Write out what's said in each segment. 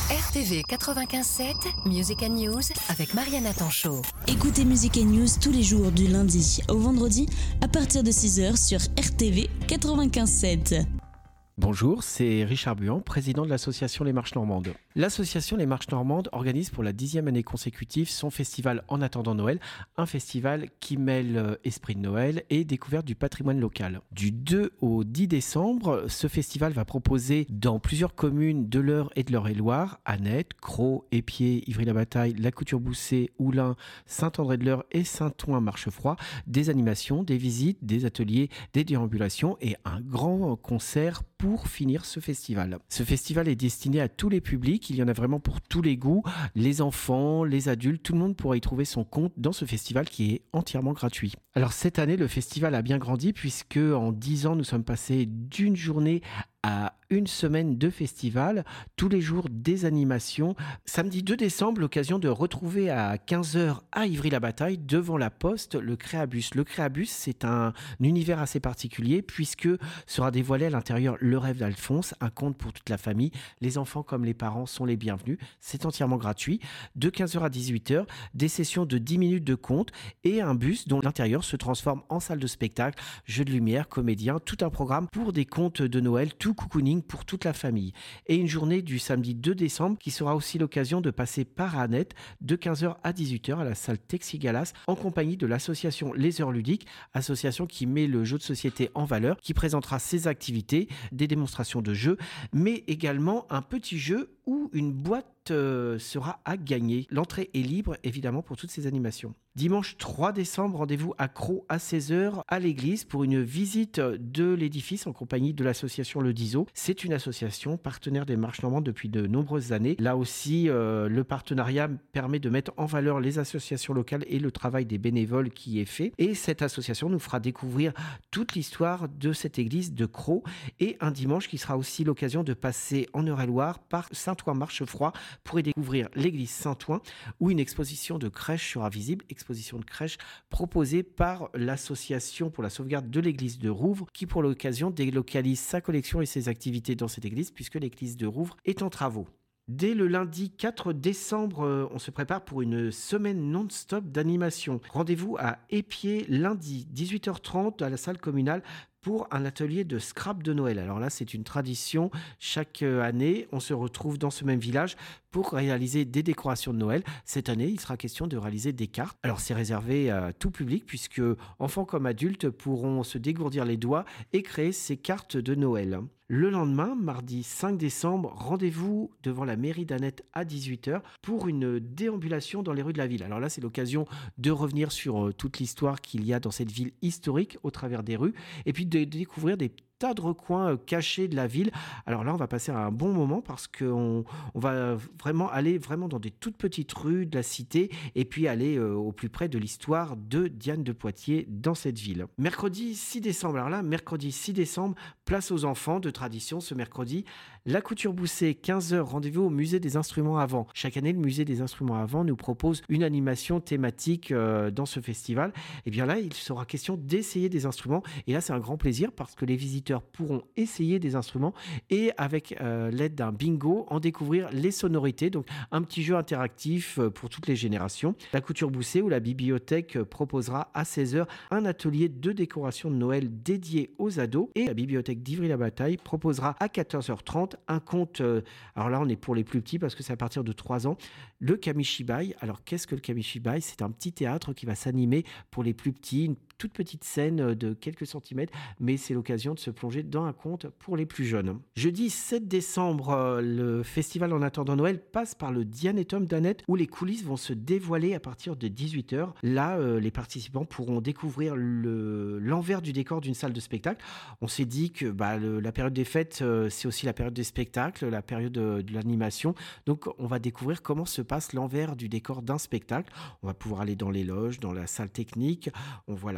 RTV 95.7, Music and News avec Mariana Tanchot. Écoutez Music and News tous les jours du lundi au vendredi à partir de 6h sur RTV 95.7. Bonjour, c'est Richard Buan, président de l'association Les Marches Normandes. L'association Les Marches Normandes organise pour la 10e année consécutive son festival En attendant Noël, un festival qui mêle esprit de Noël et découverte du patrimoine local. Du 2 au 10 décembre, ce festival va proposer dans plusieurs communes de l'Eure et de l'Eure-et-Loire, Annette, Crau, Épier, Ivry-la-Bataille, La Couture-Boussay, Oulin, Saint-André-de-l'Eure et Saint-Ouen-Marchefroid, des animations, des visites, des ateliers, des déambulations et un grand concert pour finir ce festival. Ce festival est destiné à tous les publics, il y en a vraiment pour tous les goûts, les enfants, les adultes, tout le monde pourra y trouver son compte dans ce festival qui est entièrement gratuit. Alors cette année, le festival a bien grandi puisque en 10 ans, nous sommes passés d'une journée à une semaine de festival, tous les jours des animations. Samedi 2 décembre, l'occasion de retrouver à 15h à Ivry-la-Bataille, devant la Poste, le Créabus. Le Créabus, c'est un univers assez particulier puisque sera dévoilé à l'intérieur Le Rêve d'Alphonse, un conte pour toute la famille. Les enfants comme les parents sont les bienvenus. C'est entièrement gratuit. De 15h à 18h, des sessions de 10 minutes de conte et un bus dont l'intérieur se transforme en salle de spectacle, jeux de lumière, comédiens, tout un programme pour des contes de Noël, tout cocooning pour toute la famille. Et une journée du samedi 2 décembre qui sera aussi l'occasion de passer par Annette de 15h à 18h à la salle Texi Galas en compagnie de l'association Les Heures Ludiques, association qui met le jeu de société en valeur, qui présentera ses activités, des démonstrations de jeux, mais également un petit jeu où une boîte sera à gagner. L'entrée est libre évidemment pour toutes ces animations. Dimanche 3 décembre, rendez-vous à Crau à 16h à l'église pour une visite de l'édifice en compagnie de l'association Le Diso. C'est une association partenaire des Marches Normandes depuis de nombreuses années. Là aussi, le partenariat permet de mettre en valeur les associations locales et le travail des bénévoles qui est fait. Et cette association nous fera découvrir toute l'histoire de cette église de Crau et un dimanche qui sera aussi l'occasion de passer en Eure-et-Loire par Saint-Ouen-Marchefroid pour y découvrir l'église Saint-Ouen où une exposition de crèche sera visible, exposition de crèche proposée par l'association pour la sauvegarde de l'église de Rouvres qui pour l'occasion délocalise sa collection et ses activités dans cette église puisque l'église de Rouvres est en travaux. Dès le lundi 4 décembre, on se prépare pour une semaine non-stop d'animation. Rendez-vous à Épier lundi 18h30 à la salle communale pour un atelier de scrap de Noël. Alors là, c'est une tradition. Chaque année, on se retrouve dans ce même village pour réaliser des décorations de Noël. Cette année, il sera question de réaliser des cartes. Alors, c'est réservé à tout public puisque enfants comme adultes pourront se dégourdir les doigts et créer ces cartes de Noël. Le lendemain, mardi 5 décembre, rendez-vous devant la mairie d'Annette à 18h pour une déambulation dans les rues de la ville. Alors là, c'est l'occasion de revenir sur toute l'histoire qu'il y a dans cette ville historique au travers des rues et puis de découvrir des tas de recoins cachés de la ville. Alors là, on va passer un bon moment parce qu'on va vraiment aller vraiment dans des toutes petites rues de la cité et puis aller au plus près de l'histoire de Diane de Poitiers dans cette ville. Mercredi 6 décembre, alors là, mercredi 6 décembre, place aux enfants de tradition ce mercredi. La Couture-Boussay, 15h, rendez-vous au musée des instruments à vent. Chaque année, le musée des instruments à vent nous propose une animation thématique dans ce festival. Et bien là, il sera question d'essayer des instruments. Et là, c'est un grand plaisir parce que les visiteurs pourront essayer des instruments et avec l'aide d'un bingo, en découvrir les sonorités. Donc, un petit jeu interactif pour toutes les générations. La Couture-Boussay ou la bibliothèque proposera à 16h un atelier de décoration de Noël dédié aux ados. Et la bibliothèque d'Ivry-la-Bataille proposera à 14h30 un conte, alors là on est pour les plus petits parce que c'est à partir de 3 ans, le Kamishibai. Alors qu'est-ce que le Kamishibai ? C'est un petit théâtre qui va s'animer pour les plus petits, une toute petite scène de quelques centimètres, mais c'est l'occasion de se plonger dans un conte pour les plus jeunes. Jeudi 7 décembre, le festival En attendant Noël passe par le Dianétum d'Annette où les coulisses vont se dévoiler à partir de 18h. Là, les participants pourront découvrir l'envers du décor d'une salle de spectacle. On s'est dit que la période des fêtes, c'est aussi la période des spectacles, la période de l'animation. Donc, on va découvrir comment se passe l'envers du décor d'un spectacle. On va pouvoir aller dans les loges, dans la salle technique. On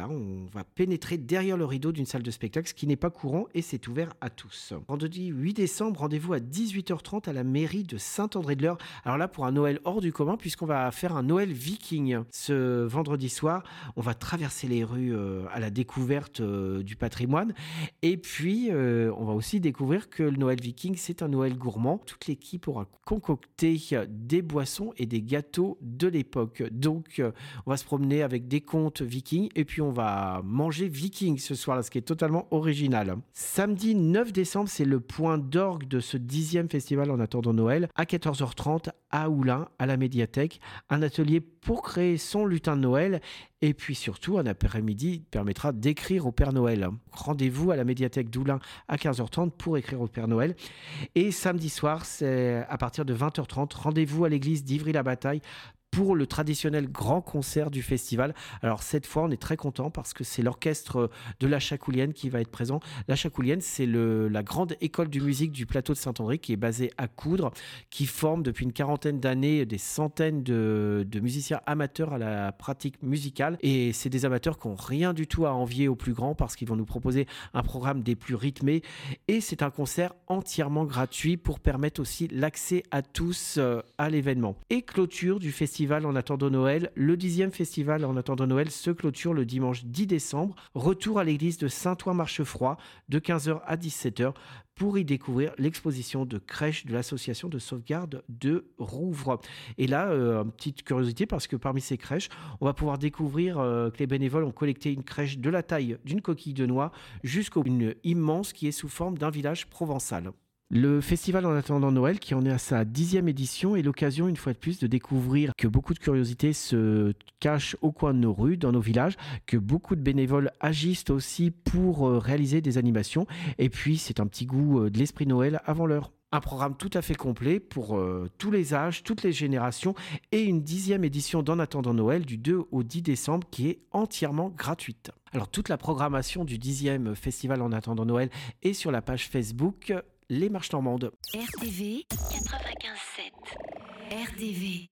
on va pénétrer derrière le rideau d'une salle de spectacle, ce qui n'est pas courant et c'est ouvert à tous. Vendredi 8 décembre, rendez-vous à 18h30 à la mairie de Saint-André-de-l'Eure. Alors là, pour un Noël hors du commun, puisqu'on va faire un Noël viking. Ce vendredi soir, on va traverser les rues à la découverte du patrimoine. Et puis, on va aussi découvrir que le Noël viking, c'est un Noël gourmand. Toute l'équipe aura concocté des boissons et des gâteaux de l'époque. Donc, on va se promener avec des contes vikings et puis on va manger viking ce soir-là, ce qui est totalement original. Samedi 9 décembre, c'est le point d'orgue de ce 10e festival en attendant Noël. À 14h30, à Oulin, à la médiathèque, un atelier pour créer son lutin de Noël. Et puis surtout, un après-midi permettra d'écrire au Père Noël. Rendez-vous à la médiathèque d'Oulin à 15h30 pour écrire au Père Noël. Et samedi soir, c'est à partir de 20h30, rendez-vous à l'église d'Ivry-la-Bataille pour le traditionnel grand concert du festival. Alors cette fois, on est très content parce que c'est l'orchestre de La Chacoulienne qui va être présent. La Chacoulienne, c'est la grande école de musique du plateau de Saint-André qui est basée à Coudres, qui forme depuis une quarantaine d'années des centaines de musiciens amateurs à la pratique musicale. Et c'est des amateurs qui n'ont rien du tout à envier aux plus grands parce qu'ils vont nous proposer un programme des plus rythmés. Et c'est un concert entièrement gratuit pour permettre aussi l'accès à tous à l'événement. Et clôture du festival en attendant Noël. Le 10e festival en attendant Noël se clôture le dimanche 10 décembre. Retour à l'église de Saint-Ouen-Marchefroid de 15h à 17h pour y découvrir l'exposition de crèche de l'association de sauvegarde de Rouvres. Et là, petite curiosité, parce que parmi ces crèches, on va pouvoir découvrir que les bénévoles ont collecté une crèche de la taille d'une coquille de noix jusqu'à une immense qui est sous forme d'un village provençal. Le festival en attendant Noël, qui en est à sa 10e édition, est l'occasion une fois de plus de découvrir que beaucoup de curiosités se cachent au coin de nos rues, dans nos villages, que beaucoup de bénévoles agissent aussi pour réaliser des animations. Et puis, c'est un petit goût de l'esprit Noël avant l'heure. Un programme tout à fait complet pour tous les âges, toutes les générations et une 10e édition d'En attendant Noël du 2 au 10 décembre qui est entièrement gratuite. Alors toute la programmation du 10e festival En attendant Noël est sur la page Facebook Les Marches Normandes. RTV 95.7. RTV.